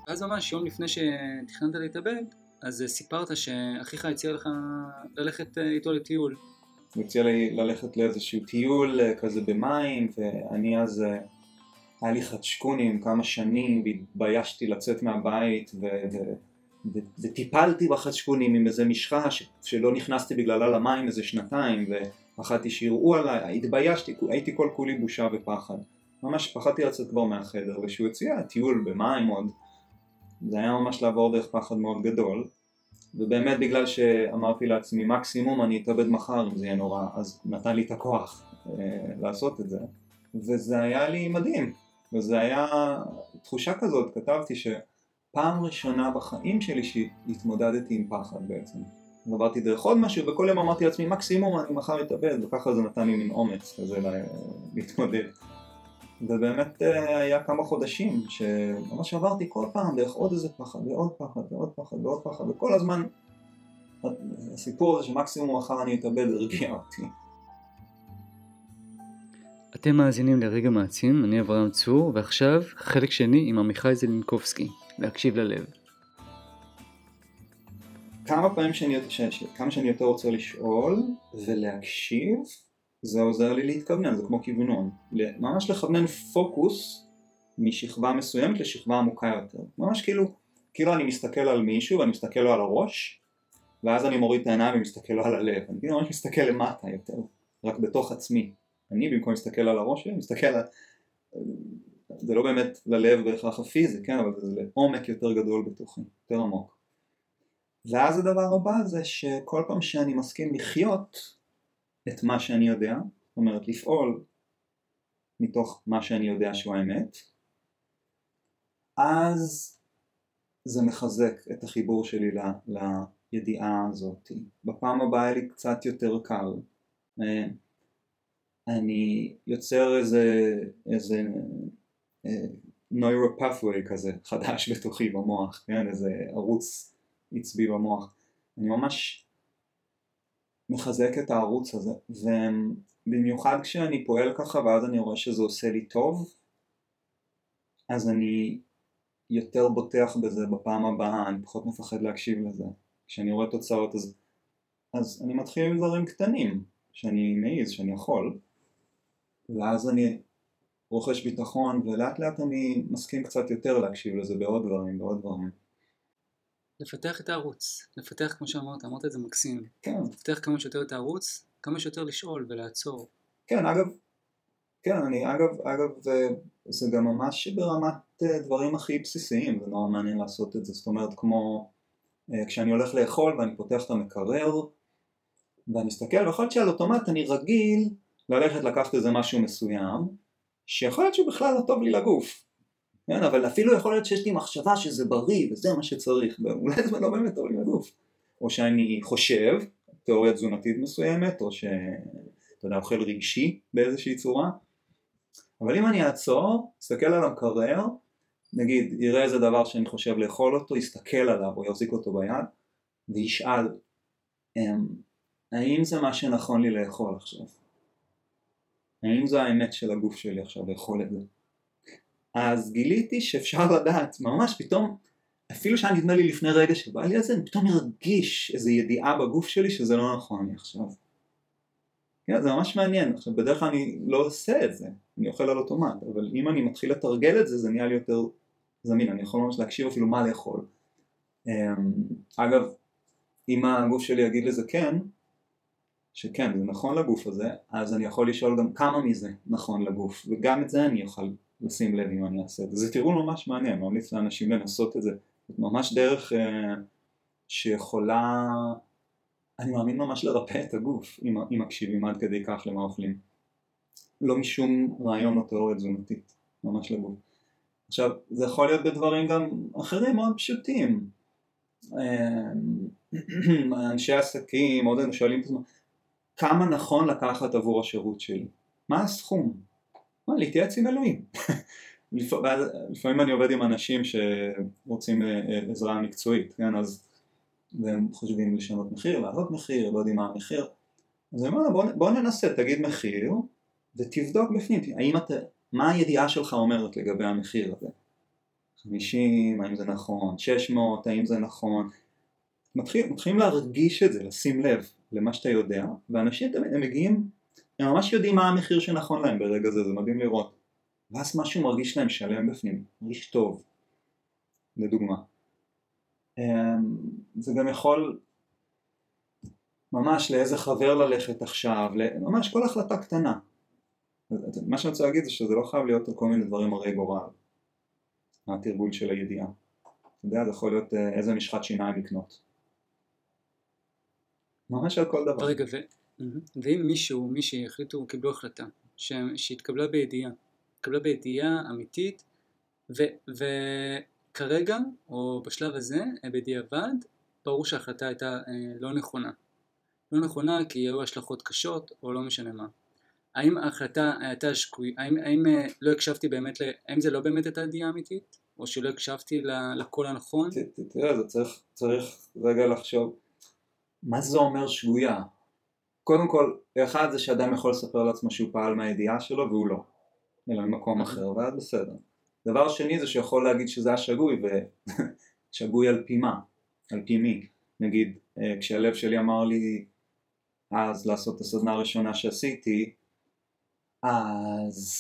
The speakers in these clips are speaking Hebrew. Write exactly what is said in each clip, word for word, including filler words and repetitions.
ואז ממש יום לפני שתכננת להתאבד, אז סיפרת שאחיך הציע לך ללכת איתו לטיול. הוא הציע לי ללכת לאיזשהו טיול כזה במים, ואני אז היה לי חדשקונים כמה שנים, והתביישתי לצאת מהבית, ו... ו... וטיפלתי בחדשקונים עם איזה משחה ש... שלא נכנסתי בגללה למים איזה שנתיים, ואחדתי שיראו עליי, התביישתי, הייתי כל כולי בושה ופחד. ממש פחדתי לצאת כבר מהחדר, ושהוא הציע טיול במים עוד, זה היה ממש לעבור דרך פחד מאוד גדול. ובאמת בגלל שאמרתי לעצמי מקסימום אני אתאבד מחר אם זה יהיה נורא, אז נתן לי את הכוח אה, לעשות את זה, וזה היה לי מדהים, וזה היה תחושה כזאת, כתבתי שפעם ראשונה בחיים שלי שהתמודדתי עם פחד בעצם, עברתי דרך עוד משהו, וכל יום אמרתי לעצמי מקסימום אני מחר אתאבד, וככה זה נתן לי מין אומץ כזה להתמודד. ובאמת היה כמה חודשים שממש עברתי כל פעם דרך עוד איזה פחד ועוד פחד ועוד פחד ועוד פחד, וכל הזמן הסיפור הזה שמקסימום מחר אני אתאבד הרגיע אותי. אתם מאזינים לרגע מעצים, אני אברהם צור, ועכשיו חלק שני עם עמיחי זלינקובסקי, להקשיב ללב. כמה פעמים שאני, ש, ש, כמה שאני יותר רוצה לשאול ולהקשיב, זה עוזר לי להתכוונן, זה כמו כיוונון, ממש לכוונן פוקוס משכבה מסוימת לשכבה עמוקה יותר, ממש כאילו, כאילו אני מסתכל על מישהו ואני מסתכל לו על הראש, ואז אני מוריד את העיניים ומסתכל לו על הלב, אני כאילו ממש מסתכל למטה יותר, רק בתוך עצמי, אני במקום להסתכל על הראש שלי, מסתכל על, זה לא באמת ללב בהכרח הפיזי, כן, אבל זה לעומק יותר גדול בתוכי, יותר עמוק. ואז הדבר הבא זה שכל פעם שאני מסכים לחיות את מה שאני יודע, זאת אומרת לפעול מתוך מה שאני יודע שהוא האמת, אז זה מחזק את החיבור שלי ל, לידיעה הזאת. בפעם הבאה היה לי קצת יותר קל. אני יוצר איזה, איזה neural pathway כזה חדש בתוכי במוח, כן? איזה ערוץ עצבי במוח. אני ממש מחזק את הערוץ הזה, ובמיוחד כשאני פועל ככה ואז אני רואה שזה עושה לי טוב, אז אני יותר בוטח בזה בפעם הבאה, אני פחות מפחד להקשיב לזה. כשאני רואה תוצאות אז, אז אני מתחיל עם דברים קטנים שאני מעיז, שאני יכול, ואז אני רוכש ביטחון ולאט לאט אני מסכים קצת יותר להקשיב לזה בעוד דברים, בעוד דברים. לפתח את הערוץ, לפתח כמו שאמרת, אמרת את זה מקסים. כן. לפתח כמה שיותר את הערוץ, כמה שיותר לשאול ולעצור. כן, אגב, כן, אני, אגב, אגב, זה, זה גם ממש ברמת דברים הכי בסיסיים, זה נורא מעניין לעשות את זה, זאת אומרת, כמו כשאני הולך לאכול ואני פותח את המקרר, ואני מסתכל, ויכול להיות שעל אוטומט אני רגיל ללכת לקחת איזה משהו מסוים, שיכול להיות שהוא בכלל לא טוב לי לגוף. כן, אבל אפילו יכול להיות שיש לי מחשבה שזה בריא וזה מה שצריך, ואולי זה לא באמת טוב לי לגוף. או שאני חושב, תיאוריה תזונתית מסוימת, או שאתה יודע, אוכל רגשי באיזושהי צורה. אבל אם אני אעצור, אסתכל על המקרר, נגיד, יראה איזה דבר שאני חושב לאכול אותו, יסתכל עליו או יחזיק אותו ביד, וישאל, האם זה מה שנכון לי לאכול עכשיו? האם זה האמת של הגוף שלי עכשיו לאכול את זה? אז גיליתי שאפשר לדעת, ממש פתאום, אפילו שאני נדמה לי לפני רגע שבא לי על זה, אני פתאום מרגיש איזו ידיעה בגוף שלי שזה לא נכון לי עכשיו. כן, זה ממש מעניין. עכשיו, בדרך כלל אני לא עושה את זה, אני אוכל על אוטומט, אבל אם אני מתחיל לתרגל את זה, זה נהיה לי יותר זמין, אני יכול ממש להקשיב אפילו מה לאכול. אגב, אם הגוף שלי יגיד לזה כן, שכן, זה נכון לגוף הזה, אז אני יכול לשאול גם כמה מזה נכון לגוף, וגם את זה אני יכול לשים לב אם אני אעשה את זה. זה תראו ממש מעניין, ממליץ לאנשים לנסות את זה. זאת ממש דרך אה, שיכולה, אני מאמין ממש לרפא את הגוף, אם, אם מקשיבים עד כדי כך למה אוכלים. לא משום רעיון או תיאוריה תזונתית, ממש לגוף. עכשיו, זה יכול להיות בדברים גם אחרים מאוד פשוטים. אנשי עסקים, עוד אנו שואלים את עצמם, כמה נכון לקחת עבור השירות שלי? מה הסכום? מה, להתייעץ עם אלוהים. לפעמים אני עובד עם אנשים שרוצים עזרה מקצועית, כן? אז הם חושבים לשנות מחיר, לעלות מחיר, לא יודעים מה המחיר. אז אני אומר, בוא, בוא ננסה, תגיד מחיר, ותבדוק בפנים, האם אתה, מה הידיעה שלך אומרת לגבי המחיר הזה? חמישים, האם זה נכון, שש מאות, האם זה נכון, מתחיל, מתחילים להרגיש את זה, לשים לב למה שאתה יודע, ואנשים תמיד הם מגיעים, הם ממש יודעים מה המחיר שנכון להם ברגע זה, זה מדהים לראות, ואז משהו מרגיש להם שלם בפנים, מרגיש טוב, לדוגמה. זה גם יכול ממש לאיזה חבר ללכת עכשיו, ממש כל החלטה קטנה. מה שאני רוצה להגיד זה שזה לא חייב להיות על כל מיני דברים הרי גורל, התרגול של הידיעה. אתה יודע, זה יכול להיות איזה משחת שיניים לקנות. ממש על כל דבר. רגע, ו... ואם מישהו, מישהי החליטו, קיבלו החלטה, ש... שהתקבלה בידיעה, התקבלה בידיעה אמיתית, ו... וכרגע, או בשלב הזה, בדיעבד, ברור שההחלטה הייתה אה, לא נכונה. לא נכונה כי היו השלכות קשות, או לא משנה מה. האם ההחלטה הייתה שגויה, האם, האם לא הקשבתי באמת, האם זה לא באמת הייתה ידיעה אמיתית? או שלא הקשבתי לקול הנכון? תראה, זה צריך, צריך רגע לחשוב, מה זה אומר שגויה? קודם כל, אחד זה שאדם יכול לספר לעצמו שהוא פעל מהידיעה שלו והוא לא, אלא ממקום אחר, ואז בסדר. דבר שני זה שיכול להגיד שזה השגוי, ושגוי על פי מה? על פי מי? נגיד, כשהלב שלי אמר לי אז לעשות את הסדנה הראשונה שעשיתי, אז,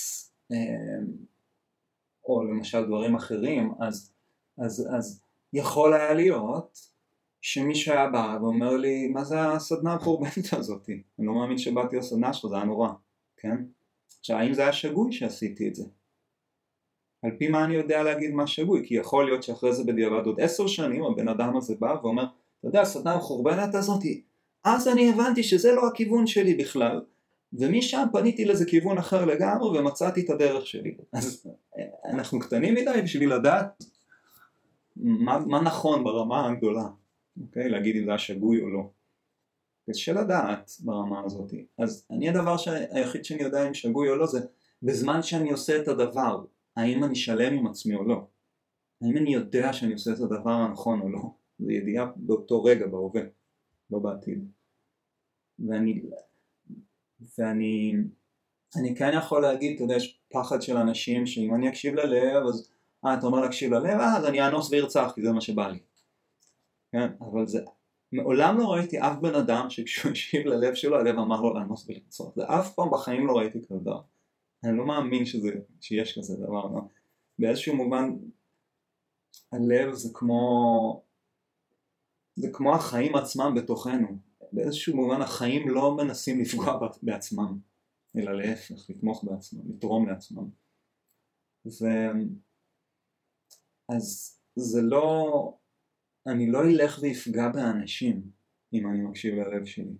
או למשל דברים אחרים, אז, אז, אז יכול היה להיות שמישהו היה בא ואומר לי, מה זה הסדנה הקורבנית הזאת? אני לא מאמין שבאתי לסדנה שלו, זה היה נורא, כן? עכשיו, האם זה היה שגוי שעשיתי את זה? על פי מה אני יודע להגיד מה שגוי? כי יכול להיות שאחרי זה בדיעבד עוד עשר שנים, הבן אדם הזה בא ואומר, אתה יודע, הסדנה הקורבנית הזאת, אז אני הבנתי שזה לא הכיוון שלי בכלל, ומשם פניתי לזה כיוון אחר לגמרי ומצאתי את הדרך שלי. אז אנחנו קטנים מדי בשביל לדעת מה, מה נכון ברמה הגדולה, אוקיי? להגיד אם זה השגוי או לא. קשה לדעת ברמה הזאת. אז אני הדבר היחיד שאני יודע אם שגוי או לא זה בזמן שאני עושה את הדבר, האם אני שלם עם עצמי או לא. האם אני יודע שאני עושה את הדבר הנכון או לא. זה ידיעה באותו רגע בהווה, לא בעתיד. ואני... ואני אני כן יכול להגיד, אתה יודע, יש פחד של אנשים שאם אני אקשיב ללב, אז אה, אתה אומר להקשיב ללב, אה, אז אני אנוס וירצח, כי זה מה שבא לי. כן, אבל זה, מעולם לא ראיתי אף בן אדם שכשהוא הקשיב ללב שלו, הלב אמר לו לאנוס ולרצוח. זה אף פעם בחיים לא ראיתי כזה דבר. אני לא מאמין שזה, שיש כזה דבר, לא? באיזשהו מובן, הלב זה כמו, זה כמו החיים עצמם בתוכנו. באיזשהו מובן החיים לא מנסים לפגוע בעצמם, אלא להפך, לתמוך בעצמם, לתרום לעצמם. ו... אז זה לא, אני לא אלך ויפגע באנשים אם אני מקשיב ללב שלי.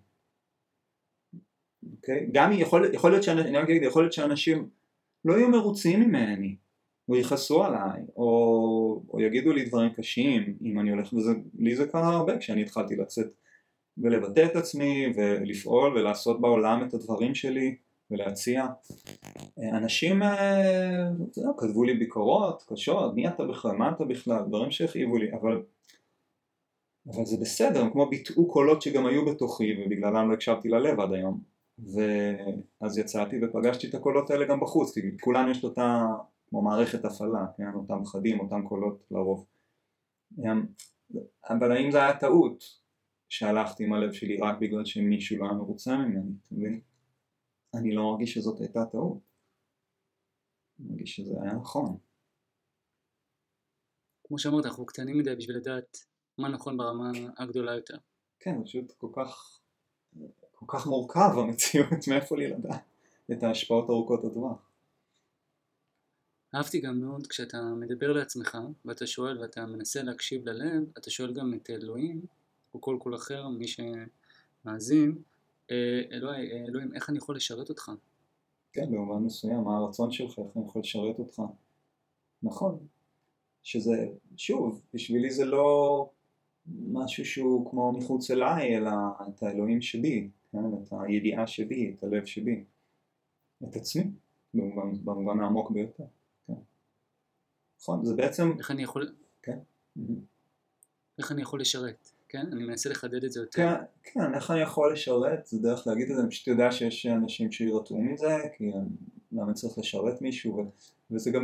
אוקיי? גם יכול, יכול להיות שאנשים, אני אגיד, יכול להיות שאנשים לא יהיו מרוצים ממני, או יכעסו עליי, או, או יגידו לי דברים קשים, אם אני הולך, וזה, לי זה קרה הרבה כשאני התחלתי לצאת ולבטא את עצמי ולפעול ולעשות בעולם את הדברים שלי ולהציע. אנשים זהו, כתבו לי ביקורות קשות, מי אתה בכלל, מה אתה בכלל, דברים שהכאיבו לי, אבל, אבל זה בסדר, כמו ביטאו קולות שגם היו בתוכי ובגללם לא הקשבתי ללב עד היום. ואז יצאתי ופגשתי את הקולות האלה גם בחוץ, כי כולנו יש אותה כמו מערכת הפעלה, כן? אותם חדים, אותם קולות לרוב. אבל האם זה היה טעות שהלכתי עם הלב שלי רק בגלל שמישהו לא היה מרוצה ממני, תבין? אני לא מרגיש שזאת הייתה טעות. אני מרגיש שזה היה נכון. כמו שאמרת, אנחנו קטנים מדי בשביל לדעת מה נכון ברמה הגדולה יותר. כן, זה פשוט כל כך, כל כך מורכב המציאות, מאיפה לי לדעת את ההשפעות ארוכות הטווח. אהבתי גם מאוד כשאתה מדבר לעצמך ואתה שואל ואתה מנסה להקשיב ללב, אתה שואל גם את אלוהים או כל כל אחר, מי שמאזין, אלוהי, אלוהים, איך אני יכול לשרת אותך? כן, במובן מסוים, מה הרצון שלך, איך אני יכול לשרת אותך? נכון, שזה, שוב, בשבילי זה לא משהו שהוא כמו מחוץ אליי, אלא את האלוהים שבי, כן? את הידיעה שבי, את הלב שבי, את עצמי, במובן, במובן העמוק ביותר. כן. נכון, זה בעצם... איך אני יכול... כן. איך אני יכול לשרת? כן? אני מנסה לחדד את זה יותר. כן, כן, איך אני יכול לשרת? זה דרך להגיד את זה, אני פשוט יודע שיש אנשים שירתעו מזה, כי למה צריך לשרת מישהו, ו... וזה גם,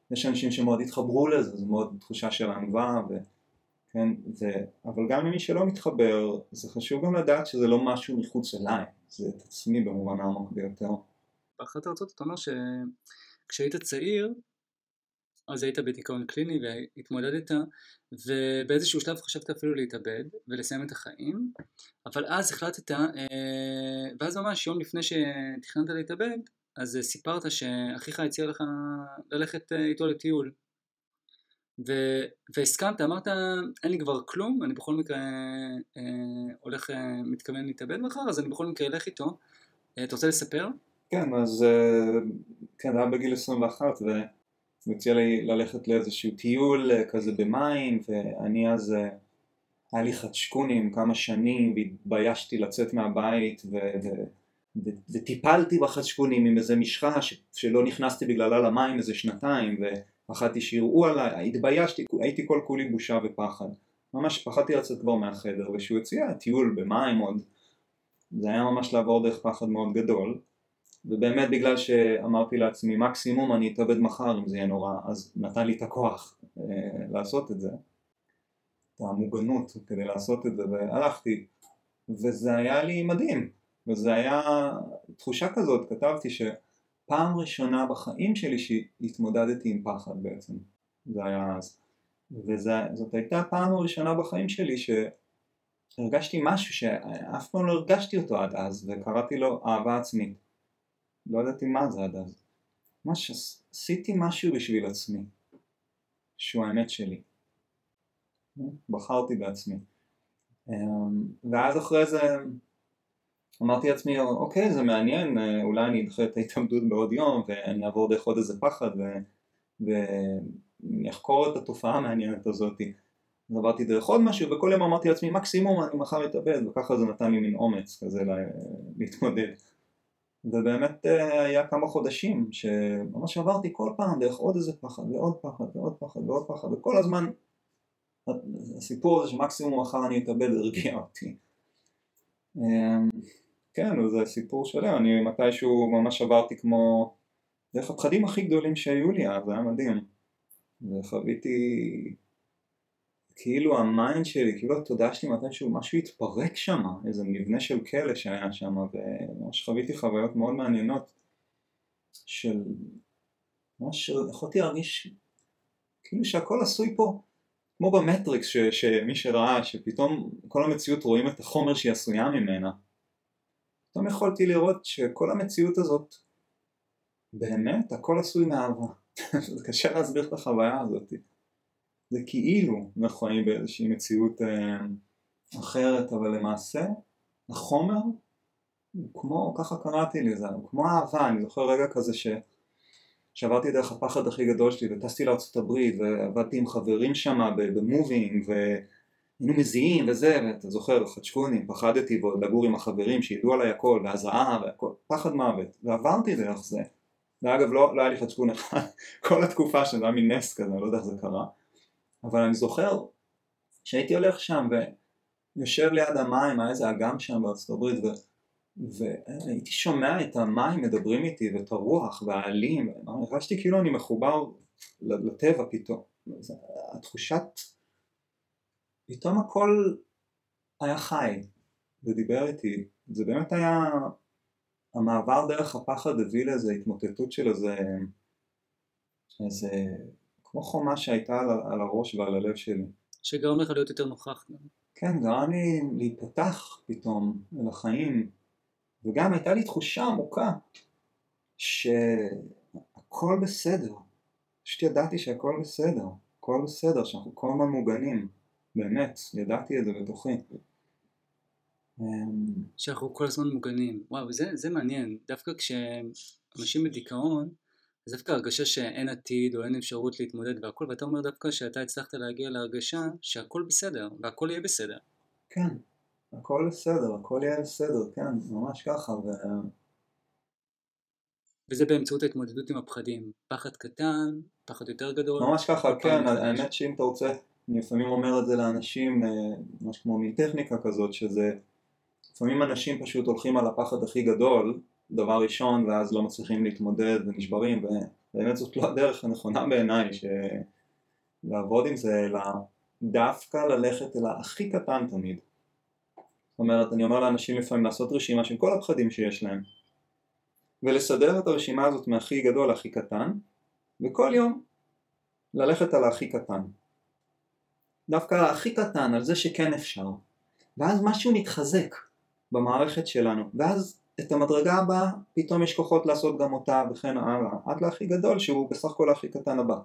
יש אנשים שמאוד התחברו לזה, זה מאוד תחושה של ענווה, ו... כן, ו... אבל גם למי שלא מתחבר, זה חשוב גם לדעת שזה לא משהו מחוץ אליי, זה את עצמי במובן העמוק ביותר. באחת הארצות אתה אומר שכשהיית צעיר, אז היית בדיכאון קליני והתמודדת, ובאיזשהו שלב חשבת אפילו להתאבד ולסיים את החיים, אבל אז החלטת, ואז ממש יום לפני שתכננת להתאבד, אז סיפרת שאחיך הציע לך ללכת איתו לטיול, ו... והסכמת, אמרת, אין לי כבר כלום, אני בכל מקרה אה, הולך, אה, מתכוון להתאבד מחר, אז אני בכל מקרה אלך איתו. אה, אתה רוצה לספר? כן, אז אה, כן, זה היה בגיל עשרים ואחת, והוא הציע לי ללכת לאיזשהו טיול אה, כזה במים, ואני אז, אה, היה לי חדשקונים כמה שנים, והתביישתי לצאת מהבית, ו... ו... ו... וטיפלתי בחדשקונים עם איזה משחה ש... שלא נכנסתי בגללה למים איזה שנתיים, ו... פחדתי שיראו עליי, התביישתי, הייתי כל כולי בושה ופחד, ממש פחדתי לצאת כבר מהחדר, ושהוא הציע טיול במים עוד, זה היה ממש לעבור דרך פחד מאוד גדול, ובאמת בגלל שאמרתי לעצמי מקסימום אני אתאבד מחר אם זה יהיה נורא, אז נתן לי את הכוח אה, לעשות את זה, את המוגנות כדי לעשות את זה, והלכתי, וזה היה לי מדהים, וזה היה תחושה כזאת, כתבתי ש... פעם ראשונה בחיים שלי שהתמודדתי עם פחד בעצם, זה היה אז, וזאת הייתה הפעם הראשונה בחיים שלי שהרגשתי משהו שאף פעם לא הרגשתי אותו עד אז, וקראתי לו אהבה עצמית, לא ידעתי מה זה עד אז, ממש עשיתי משהו בשביל עצמי, שהוא האמת שלי, בחרתי בעצמי, ואז אחרי זה אמרתי לעצמי, אוקיי, זה מעניין, אולי אני אדחה את ההתאבדות בעוד יום ואני אעבור דרך עוד איזה פחד ואני אחקור את התופעה המעניינת הזאת. אז עברתי דרך עוד משהו, וכל יום אמרתי לעצמי, מקסימום אני מחר אתאבד, וככה זה נתן לי מין אומץ כזה להתמודד. ובאמת היה כמה חודשים שממש עברתי כל פעם דרך עוד איזה פחד ועוד פחד ועוד פחד ועוד פחד, וכל הזמן הסיפור הזה שמקסימום מחר אני אתאבד הרגיע אותי. כן, וזה סיפור שלם, אני מתישהו ממש עברתי כמו דרך הפחדים הכי גדולים שהיו לי, זה היה מדהים, וחוויתי כאילו המיינד שלי, כאילו התודעה שלי מתישהו משהו התפרק שם, איזה מבנה של כלא שהיה שם, וממש חוויתי חוויות מאוד מעניינות של ממש יכולתי להרגיש כאילו שהכל עשוי פה כמו במטריקס, ש, שמי שראה שפתאום כל המציאות רואים את החומר שהיא עשויה ממנה, פתאום יכולתי לראות שכל המציאות הזאת באמת הכל עשוי מאהבה. זה קשה להסביר את החוויה הזאת, זה כאילו אנחנו חיים באיזושהי מציאות אה, אחרת, אבל למעשה החומר הוא כמו, ככה קראתי לזה, הוא כמו אהבה. אני זוכר רגע כזה ש שעברתי דרך הפחד הכי גדול שלי וטסתי לארצות הברית ועבדתי עם חברים שם במובינג והיינו מזיעים וזה, ואתה זוכר, חדשקונים, פחדתי ועוד לגור עם החברים שידעו עליי הכל והזעה והכל, פחד מוות, ועברתי דרך זה. ואגב לא, לא היה לי חדשקון אחד כל התקופה שזה היה מין נס כזה, אני לא יודע איך זה קרה, אבל אני זוכר שהייתי הולך שם ויושב ליד המים, היה איזה אגם שם בארצות הברית, ו... והייתי שומע את המים מדברים איתי ואת הרוח והעלים, הרגשתי כאילו אני מחובר לטבע פתאום, התחושת, פתאום הכל היה חי ודיבר איתי, זה באמת היה, המעבר דרך הפחד הביא לאיזו התמוטטות של איזה, איזה, כמו חומה שהייתה על, על הראש ועל הלב שלי. שגרם לך להיות יותר נוכח. כן, גרם לי להיפתח פתאום אל החיים, וגם הייתה לי תחושה עמוקה שהכל בסדר, פשוט ידעתי שהכל בסדר, הכל בסדר, שאנחנו כל הזמן מוגנים, באמת, ידעתי את זה בתוכי. שאנחנו כל הזמן מוגנים, וואו, זה, זה מעניין, דווקא כשאנשים בדיכאון, אז דווקא הרגשה שאין עתיד או אין אפשרות להתמודד והכל, ואתה אומר דווקא שאתה הצלחת להגיע להרגשה שהכל בסדר, והכל יהיה בסדר. כן. הכל בסדר, הכל יהיה בסדר, כן, ממש ככה. ו... וזה באמצעות ההתמודדות עם הפחדים, פחד קטן, פחד יותר גדול. ממש ככה, כן, האמת שאם אתה רוצה, אני לפעמים אומר את זה לאנשים, ממש כמו מין טכניקה כזאת, שזה, לפעמים אנשים פשוט הולכים על הפחד הכי גדול, דבר ראשון, ואז לא מצליחים להתמודד ונשברים, באמת זאת לא הדרך הנכונה בעיניי, שלעבוד עם זה, אלא דווקא ללכת אל הכי קטן תמיד. זאת אומרת, אני אומר לאנשים לפעמים לעשות רשימה של כל הפחדים שיש להם, ולסדר את הרשימה הזאת מהכי גדול להכי קטן, וכל יום ללכת על הכי קטן. דווקא על הכי קטן, על זה שכן אפשר. ואז משהו מתחזק במערכת שלנו, ואז את המדרגה הבאה פתאום יש כוחות לעשות גם אותה וכן הלאה, עד להכי גדול שהוא בסך הכל הכי קטן הבא.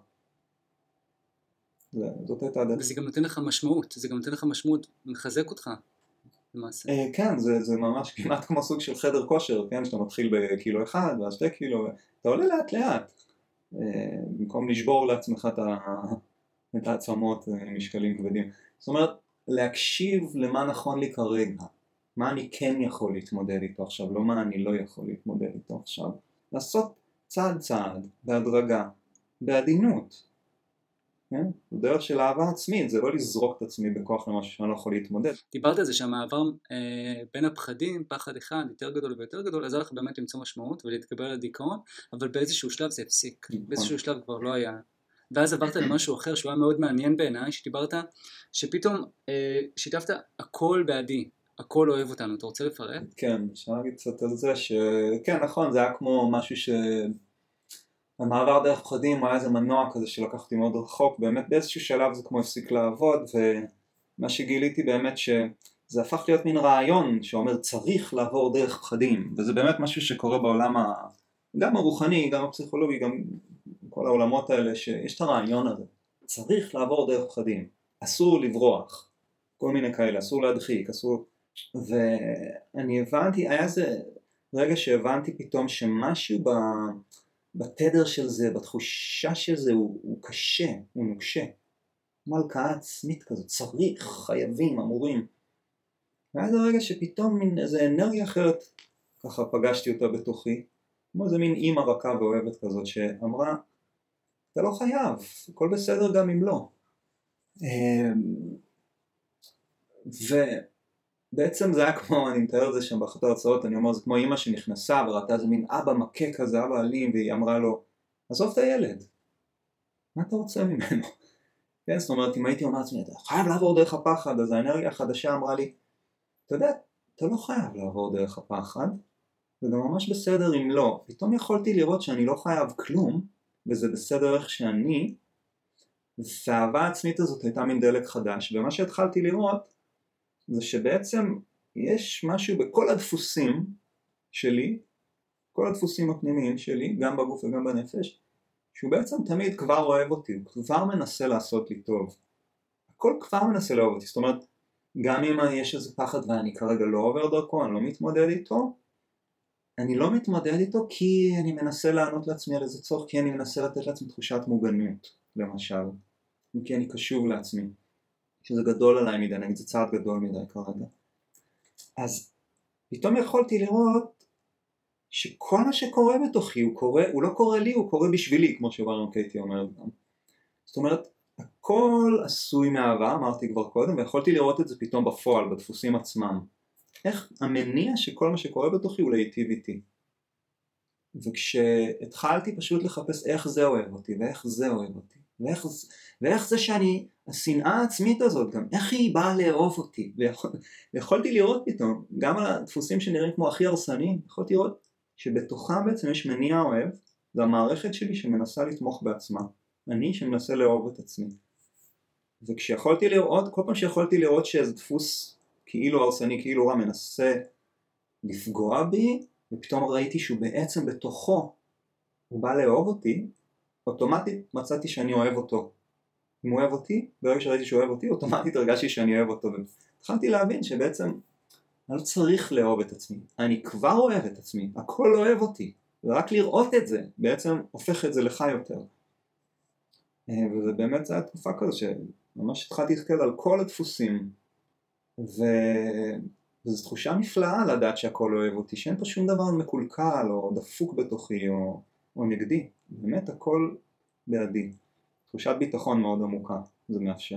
זה, זאת הייתה הדרך. וזה גם נותן לך משמעות, זה גם נותן לך משמעות, מחזק אותך למעשה. אה, כן, זה, זה ממש כמעט כמו סוג של חדר כושר, כן, שאתה מתחיל בקילו אחד ואז שתי קילו, אתה עולה לאט לאט, אה, במקום לשבור לעצמך את, ה, את העצמות משקלים כבדים. זאת אומרת, להקשיב למה נכון לי כרגע, מה אני כן יכול להתמודד איתו עכשיו, לא מה אני לא יכול להתמודד איתו עכשיו, לעשות צעד צעד, בהדרגה, בעדינות. כן? בדרך של אהבה עצמית, זה לא לזרוק את עצמי בכוח למשהו שאני לא יכול להתמודד. דיברת על זה שהמעבר אה, בין הפחדים, פחד אחד יותר גדול ויותר גדול, עזר לך באמת למצוא משמעות ולהתגבר על הדיכאון, אבל באיזשהו שלב זה הפסיק, באיזשהו שלב כבר לא היה. ואז עברת למשהו אחר שהוא היה מאוד מעניין בעיניי, שדיברת שפתאום אה, שיתפת הכל בעדי, הכל אוהב אותנו, אתה רוצה לפרט? כן, אפשר להגיד קצת על זה שכן, נכון, זה היה כמו משהו ש... המעבר דרך פחדים הוא היה איזה מנוע כזה שלקחתי מאוד רחוק, באמת באיזשהו שלב זה כמו הפסיק לעבוד, ומה שגיליתי באמת שזה הפך להיות מין רעיון שאומר צריך לעבור דרך פחדים, וזה באמת משהו שקורה בעולם ה... גם הרוחני, גם הפסיכולוגי, גם כל העולמות האלה, שיש את הרעיון הזה, צריך לעבור דרך פחדים, אסור לברוח, כל מיני כאלה, אסור להדחיק, אסור... ואני הבנתי, היה איזה רגע שהבנתי פתאום שמשהו ב... בתדר של זה, בתחושה של זה, הוא, הוא קשה, הוא נוקשה. מלכה עצמית כזאת, צריך, חייבים, אמורים. והיה זה רגע שפתאום מין איזה אנרגיה אחרת, ככה פגשתי אותה בתוכי, כמו איזה מין אימא רכה ואוהבת כזאת, שאמרה, אתה לא חייב, הכל בסדר גם אם לא. ובעצם זה היה כמו, אני מתאר את זה שם באחת ההרצאות, אני אומר, זה כמו אימא שנכנסה וראתה איזה מין אבא מכה כזה, אבא אלים, והיא אמרה לו, עזוב את הילד, מה אתה רוצה ממנו? כן, זאת אומרת, אם הייתי אומר לעצמי, אתה חייב לעבור דרך הפחד, אז האנרגיה החדשה אמרה לי, אתה יודע, אתה לא חייב לעבור דרך הפחד, זה גם ממש בסדר אם לא. פתאום יכולתי לראות שאני לא חייב כלום, וזה בסדר איך שאני, והאהבה העצמית הזאת הייתה מין דלק חדש, ומה שהתחלתי לראות, זה שבעצם יש משהו בכל הדפוסים שלי, כל הדפוסים הפנימיים שלי, גם בגוף וגם בנפש, שהוא בעצם תמיד כבר אוהב אותי, הוא כבר מנסה לעשות לי טוב. הכל כבר מנסה לאהוב אותי, זאת אומרת, גם אם יש איזה פחד ואני כרגע לא עובר דרכו, אני לא מתמודד איתו, אני לא מתמודד איתו כי אני מנסה לענות לעצמי על איזה צורך, כי אני מנסה לתת לעצמי תחושת מוגנות, למשל, כי אני קשוב לעצמי, שזה גדול עליי מדי, נגיד זה צעד גדול מדי כרגע. אז פתאום יכולתי לראות שכל מה שקורה בתוכי הוא, קורה, הוא לא קורה לי, הוא קורה בשבילי, כמו שברון קייטי אומרת גם. זאת אומרת, הכל עשוי מאהבה, אמרתי כבר קודם, ויכולתי לראות את זה פתאום בפועל, בדפוסים עצמם. איך המניע שכל מה שקורה בתוכי הוא להיטיב איתי. וכשהתחלתי פשוט לחפש איך זה אוהב אותי, ואיך זה אוהב אותי, ואיך, ואיך זה שאני, השנאה העצמית הזאת גם, איך היא באה לאהוב אותי, ויכול, ויכולתי לראות פתאום, גם על הדפוסים שנראים כמו הכי הרסניים, יכולתי לראות שבתוכם בעצם יש מניע אוהב, זה המערכת שלי שמנסה לתמוך בעצמה, אני שמנסה לאהוב את עצמי. וכשיכולתי לראות, כל פעם שיכולתי לראות שאיזה דפוס כאילו הרסני, כאילו רע מנסה לפגוע בי, ופתאום ראיתי שהוא בעצם בתוכו, הוא בא לאהוב אותי, אוטומטית מצאתי שאני אוהב אותו. אם הוא אוהב אותי, ברגע שראיתי שהוא אוהב אותי, אוטומטית הרגשתי שאני אוהב אותו. התחלתי להבין שבעצם אני לא צריך לאהוב את עצמי, אני כבר אוהב את עצמי, הכל אוהב אותי, ורק לראות את זה בעצם הופך את זה לך יותר. וזה באמת זה התקופה כזו שממש התחלתי להתקל על כל הדפוסים, ו... וזו תחושה נפלאה לדעת שהכל אוהב אותי, שאין פה שום דבר מקולקל או דפוק בתוכי או, או נגדי, באמת הכל בעדי. תחושת ביטחון מאוד עמוקה, זה מאפשר.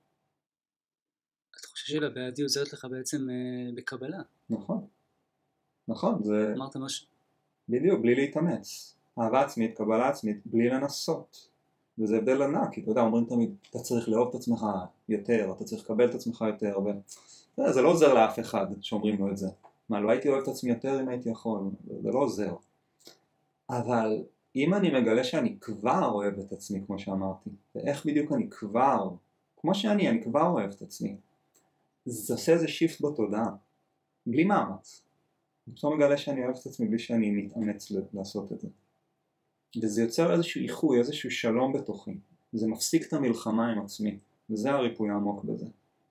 התחושה של הבעדי עוזרת לך בעצם אה, בקבלה. נכון, נכון, זה... אמרת משהו. בדיוק, בלי להתאמץ. אהבה עצמית, קבלה עצמית, בלי לנסות. וזה הבדל ענק, כי אתה יודע, אומרים תמיד, אתה צריך לאהוב את עצמך יותר, אתה צריך לקבל את עצמך יותר, וזה לא עוזר לאף אחד שאומרים לו את זה. מה, לא הייתי אוהב את עצמי יותר אם הייתי יכול, זה לא עוזר. אבל אם אני מגלה שאני כבר אוהב את עצמי, כמו שאמרתי, ואיך בדיוק אני כבר, כמו שאני, אני כבר אוהב את עצמי, זה עושה איזה שיפט בתודעה, בלי מאמץ. אני פתאום מגלה שאני אוהב את עצמי בלי שאני מתאמץ לעשות את זה. וזה יוצר איזשהו איחוי, איזשהו שלום בתוכי. זה מפסיק את המלחמה עם עצמי, וזה הריפוי העמוק בזה.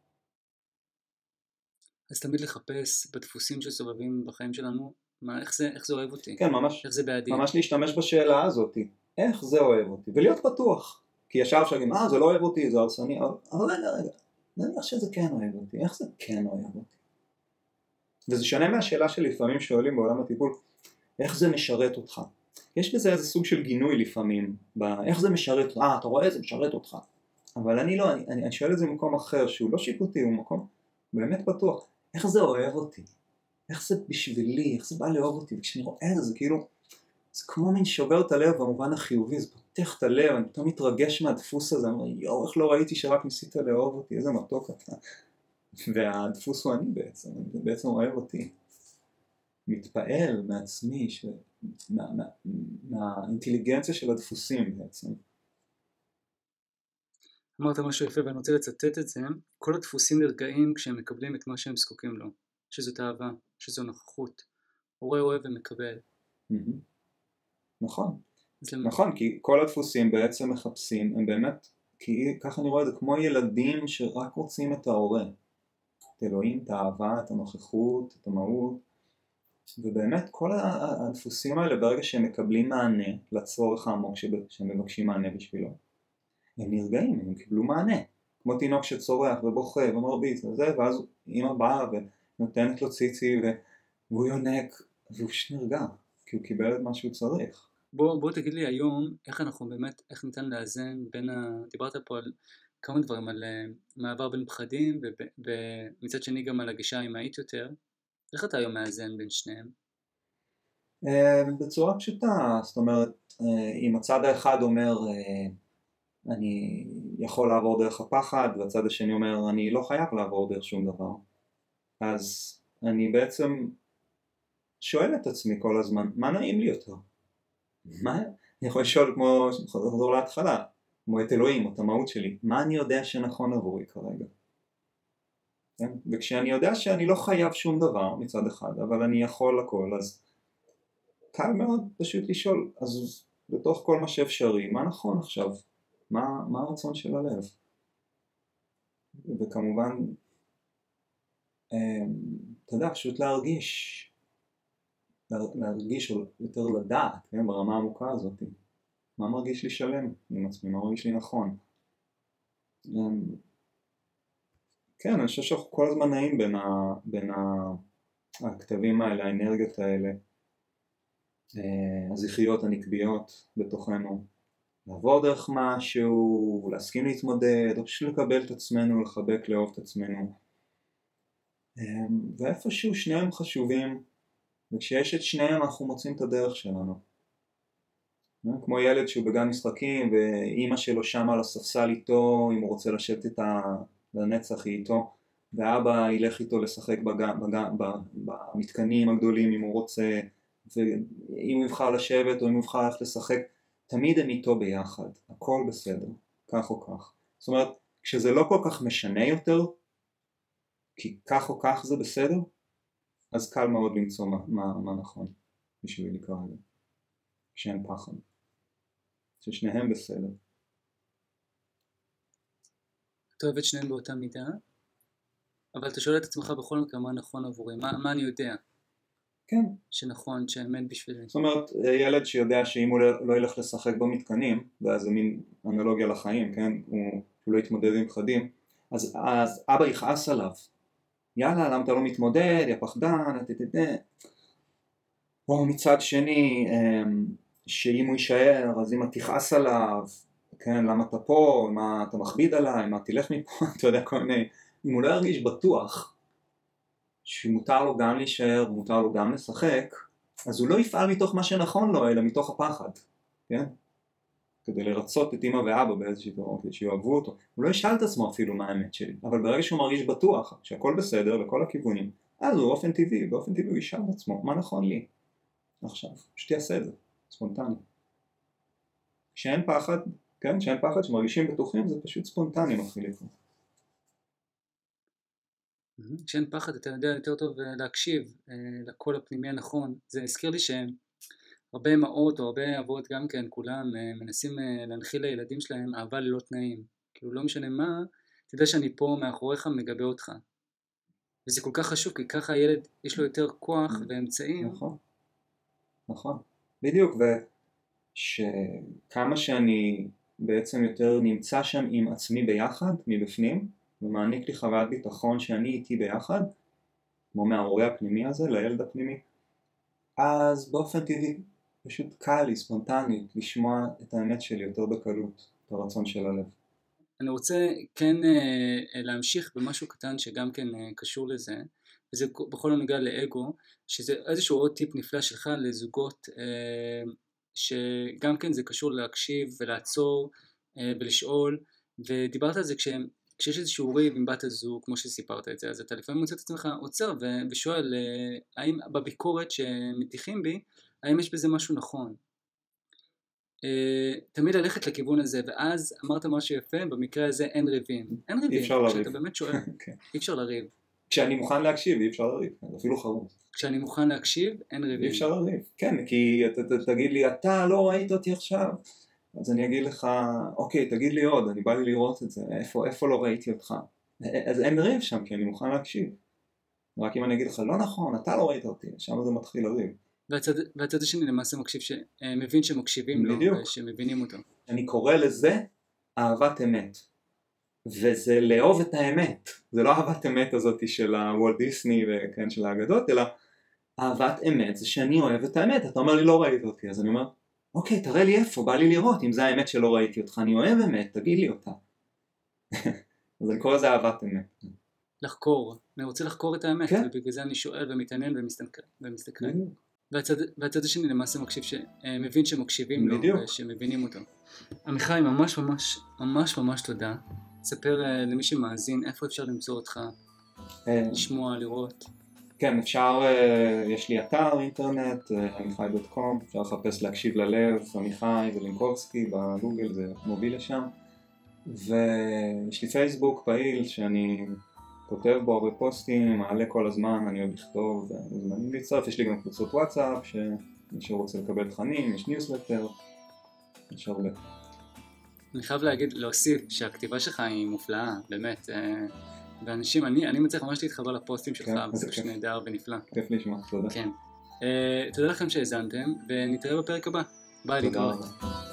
אז תמיד לחפש בדפוסים שסובבים בחיים שלנו, מה, איך זה, איך זה אוהב אותי? כן, ממש, איך זה בעדי? ממש להשתמש בשאלה הזאת, איך זה אוהב אותי, ולהיות פתוח. כי ישר שגים, אה, זה לא אוהב אותי, זה הרסני, אבל רגע, רגע, נניח שזה כן אוהב אותי, איך זה כן אוהב אותי? וזה שונה מהשאלה שלפעמים שואלים בעולם הטיפול, איך זה משרת אותך? יש בזה איזה סוג של גינוי לפעמים, איך זה משרת, אה, אתה רואה, זה משרת אותך. אבל אני לא, אני, אני, אני שואל את זה במקום אחר, שהוא לא שיפוטי, הוא מקום באמת פתוח. איך זה אוהב אותי? איך זה בשבילי? איך זה בא לאהוב אותי? וכשאני רואה את זה, זה כאילו, זה כמו מין שובר את הלב במובן החיובי, זה פותח את הלב, אני פתאום מתרגש מהדפוס הזה, אני אומר, יואו, איך לא ראיתי שרק ניסית לאהוב אותי, איזה מתוק אתה. והדפוס הוא אני בעצם, אני בעצם אוהב אותי. מתפעל מעצמי, ש... מה, מה, מהאינטליגנציה של הדפוסים בעצם. אמרת משהו יפה ואני רוצה לצטט את זה, כל הדפוסים נרגעים כשהם מקבלים את מה שהם זקוקים לו, שזאת אהבה, שזו נוכחות, הורה אוהב ומקבל. Mm-hmm. נכון, למ... נכון, כי כל הדפוסים בעצם מחפשים, הם באמת, כי ככה אני רואה את זה, כמו ילדים שרק רוצים את ההורה, את אלוהים, את האהבה, את הנוכחות, את המהות, ובאמת כל הדפוסים האלה ברגע שהם מקבלים מענה לצורך העמוק שהם מבקשים מענה בשבילו, הם נרגעים, הם קיבלו מענה, כמו תינוק שצורח ובוכה ומרביץ וזה, ואז אמא באה ונותנת לו ציצי והוא יונק והוא שנרגע, כי הוא קיבל את מה שהוא צריך. בוא, בוא תגיד לי היום איך אנחנו באמת, איך ניתן לאזן בין ה... דיברת פה על כמה דברים, על מעבר בין פחדים ומצד שני גם על הגישה האמהית יותר, איך אתה היום מאזן בין שניהם? בצורה פשוטה, זאת אומרת, אם הצד האחד אומר אני יכול לעבור דרך הפחד, והצד השני אומר אני לא חייב לעבור דרך שום דבר, אז אני בעצם שואל את עצמי כל הזמן, מה נעים לי יותר? מה? אני יכול לשאול כמו, חזור להתחלה, כמו את אלוהים או את המהות שלי, מה אני יודע שנכון עבורי כרגע? כן? וכשאני יודע שאני לא חייב שום דבר מצד אחד, אבל אני יכול הכל, אז קל מאוד פשוט לשאול, אז בתוך כל מה שאפשרי, מה נכון עכשיו? מה, מה הרצון של הלב? וכמובן, אתה יודע, פשוט להרגיש, להרגיש או יותר לדעת, כן, ברמה העמוקה הזאת, מה מרגיש לי שלם עם עצמי, מה מרגיש לי נכון. כן, אני חושב שאנחנו כל הזמן נעים בין, ה, בין ה, הכתבים האלה, האנרגיות האלה, הזכריות הנקביות בתוכנו, לעבור דרך משהו, להסכים להתמודד, או פשוט לקבל את עצמנו, לחבק, לאהוב את עצמנו. ואיפשהו שניהם חשובים, וכשיש את שניהם אנחנו מוצאים את הדרך שלנו. כמו ילד שהוא בגן משחקים, ואימא שלו שם על הספסל איתו, אם הוא רוצה לשבת איתה לנצח היא איתו, ואבא ילך איתו לשחק בגן, בגן, במתקנים הגדולים אם הוא רוצה, ואם הוא יבחר לשבת או אם הוא יבחר ללכת לשחק, תמיד הם איתו ביחד, הכל בסדר, כך או כך. זאת אומרת, כשזה לא כל כך משנה יותר, כי כך או כך זה בסדר, אז קל מאוד למצוא מה, מה, מה נכון בשבילי כרגע, כשאין פחד, ששניהם בסדר. אתה אוהב את שניהם באותה מידה, אבל אתה שואל את עצמך בכל מקרה מה נכון עבורי, מה, מה אני יודע? כן. שנכון, שאמת בשבילי. זאת אומרת, ילד שיודע שאם הוא לא ילך לשחק במתקנים, ואז זה מין אנלוגיה לחיים, כן? הוא, הוא לא יתמודד עם פחדים, אז, אז אבא יכעס עליו. יאללה, למה אתה לא מתמודד, יא פחדן, תתתתת. או מצד שני, שאם הוא יישאר, אז אמא תכעס עליו, כן, למה אתה פה, מה אתה מכביד עליי, מה תלך מפה, אתה יודע, כל מיני. אם הוא לא ירגיש בטוח, שמותר לו גם להישאר, מותר לו גם לשחק, אז הוא לא יפעל מתוך מה שנכון לו, אלא מתוך הפחד, כן? כדי לרצות את אמא ואבא באיזושהי תרבות, כדי שיאהבו אותו. הוא לא ישאל את עצמו אפילו מה האמת שלי, אבל ברגע שהוא מרגיש בטוח, שהכל בסדר בכל הכיוונים, אז הוא באופן טבעי, באופן טבעי הוא ישאל את עצמו, מה נכון לי? עכשיו, פשוט יעשה את זה, ספונטני. כשאין פחד, כן? כשאין פחד, שמרגישים בטוחים, זה פשוט ספונטני מתחיל לקרות. כשאין פחד אתה יודע יותר טוב להקשיב לקול הפנימי הנכון. זה הזכיר לי שהרבה אמהות או הרבה אבות גם כן, כולם מנסים להנחיל לילדים שלהם אהבה ללא תנאים. כאילו לא משנה מה, תדע שאני פה מאחוריך מגבה אותך. וזה כל כך חשוב, כי ככה הילד יש לו יותר כוח ואמצעים. נכון, נכון, בדיוק, ושכמה שאני בעצם יותר נמצא שם עם עצמי ביחד, מבפנים, ומעניק לי חוויית ביטחון שאני איתי ביחד, כמו מההורה הפנימי הזה, לילד הפנימי, אז באופן טבעי פשוט קל לי, ספונטנית, לשמוע את האמת שלי יותר בקלות, את הרצון של הלב. אני רוצה כן אה, להמשיך במשהו קטן שגם כן אה, קשור לזה, וזה בכל הנוגע לאגו, שזה איזשהו עוד טיפ נפלא שלך לזוגות, אה, שגם כן זה קשור להקשיב ולעצור אה, ולשאול, ודיברת על זה כשהם, כשיש איזשהו ריב עם בת הזוג, כמו שסיפרת את זה, אז אתה לפעמים מוצא את עצמך עוצר ו- ושואל, אה, האם בביקורת שמטיחים בי, האם יש בזה משהו נכון? Uh, תמיד ללכת לכיוון הזה, ואז אמרת משהו יפה, במקרה הזה אין ריבים. אין ריבים, כשאתה באמת שואל, okay. אי אפשר לריב. כשאני מוכן להקשיב, אי אפשר לריב, אפילו חרוץ. כשאני מוכן להקשיב, אין ריבים. אי אפשר לריב, כן, כי ת, ת, תגיד לי, אתה לא ראית אותי עכשיו, אז אני אגיד לך, אוקיי, תגיד לי עוד, אני בא לי לראות את זה, איפה, איפה לא ראיתי אותך? אז אין ריב שם, כי אני מוכן להקשיב. רק אם אני אגיד לך, לא נכון, אתה לא ראית אותי, שם זה מתחיל לריב. והצד, והצד השני למעשה מקשיב, שמבין שמקשיבים לו, ושמבינים אותו. אני קורא לזה אהבת אמת, וזה לאהוב את האמת, זה לא אהבת אמת הזאת של הוולט דיסני וכן של האגדות, אלא אהבת אמת זה שאני אוהב את האמת. אתה אומר לי לא ראית אותי, אז אני אומר, אוקיי, תראה לי איפה, בא לי לראות, אם זה האמת שלא ראיתי אותך, אני אוהב אמת, תגיד לי אותה. אז אני קורא לזה אהבת אמת. לחקור, אני רוצה לחקור את האמת, כן. ובגלל זה אני שואל ומתעניין ומסתכל. והצד, והצד השני למעשה מקשיב, שמבין שמקשיבים לו ושמבינים אותו. עמיחי, ממש ממש ממש ממש תודה. תספר למי שמאזין איפה אפשר למצוא אותך, לשמוע, לראות. כן, אפשר, יש לי אתר אינטרנט, עמיחי דוט קום, אפשר לחפש להקשיב ללב, עמיחי ולינקובסקי בגוגל, זה מוביל לשם. ויש לי פייסבוק פעיל שאני כותב בו הרבה פוסטים, מעלה כל הזמן, אני אוהב לכתוב, מוזמנים להצטרף, יש לי גם קבוצות וואטסאפ, שמי שרוצה לקבל תכנים, יש ניוזלטר, יש הרבה. אני חייב להגיד, להוסיף שהכתיבה שלך היא מופלאה, באמת, ואנשים, אני, אני מצליח ממש להתחבר לפוסטים שלך, זה פשוט נהדר ונפלא. כיף לשמוע, תודה. כן. תודה לכם שהאזנתם, ונתראה בפרק הבא. ביי, להתראות.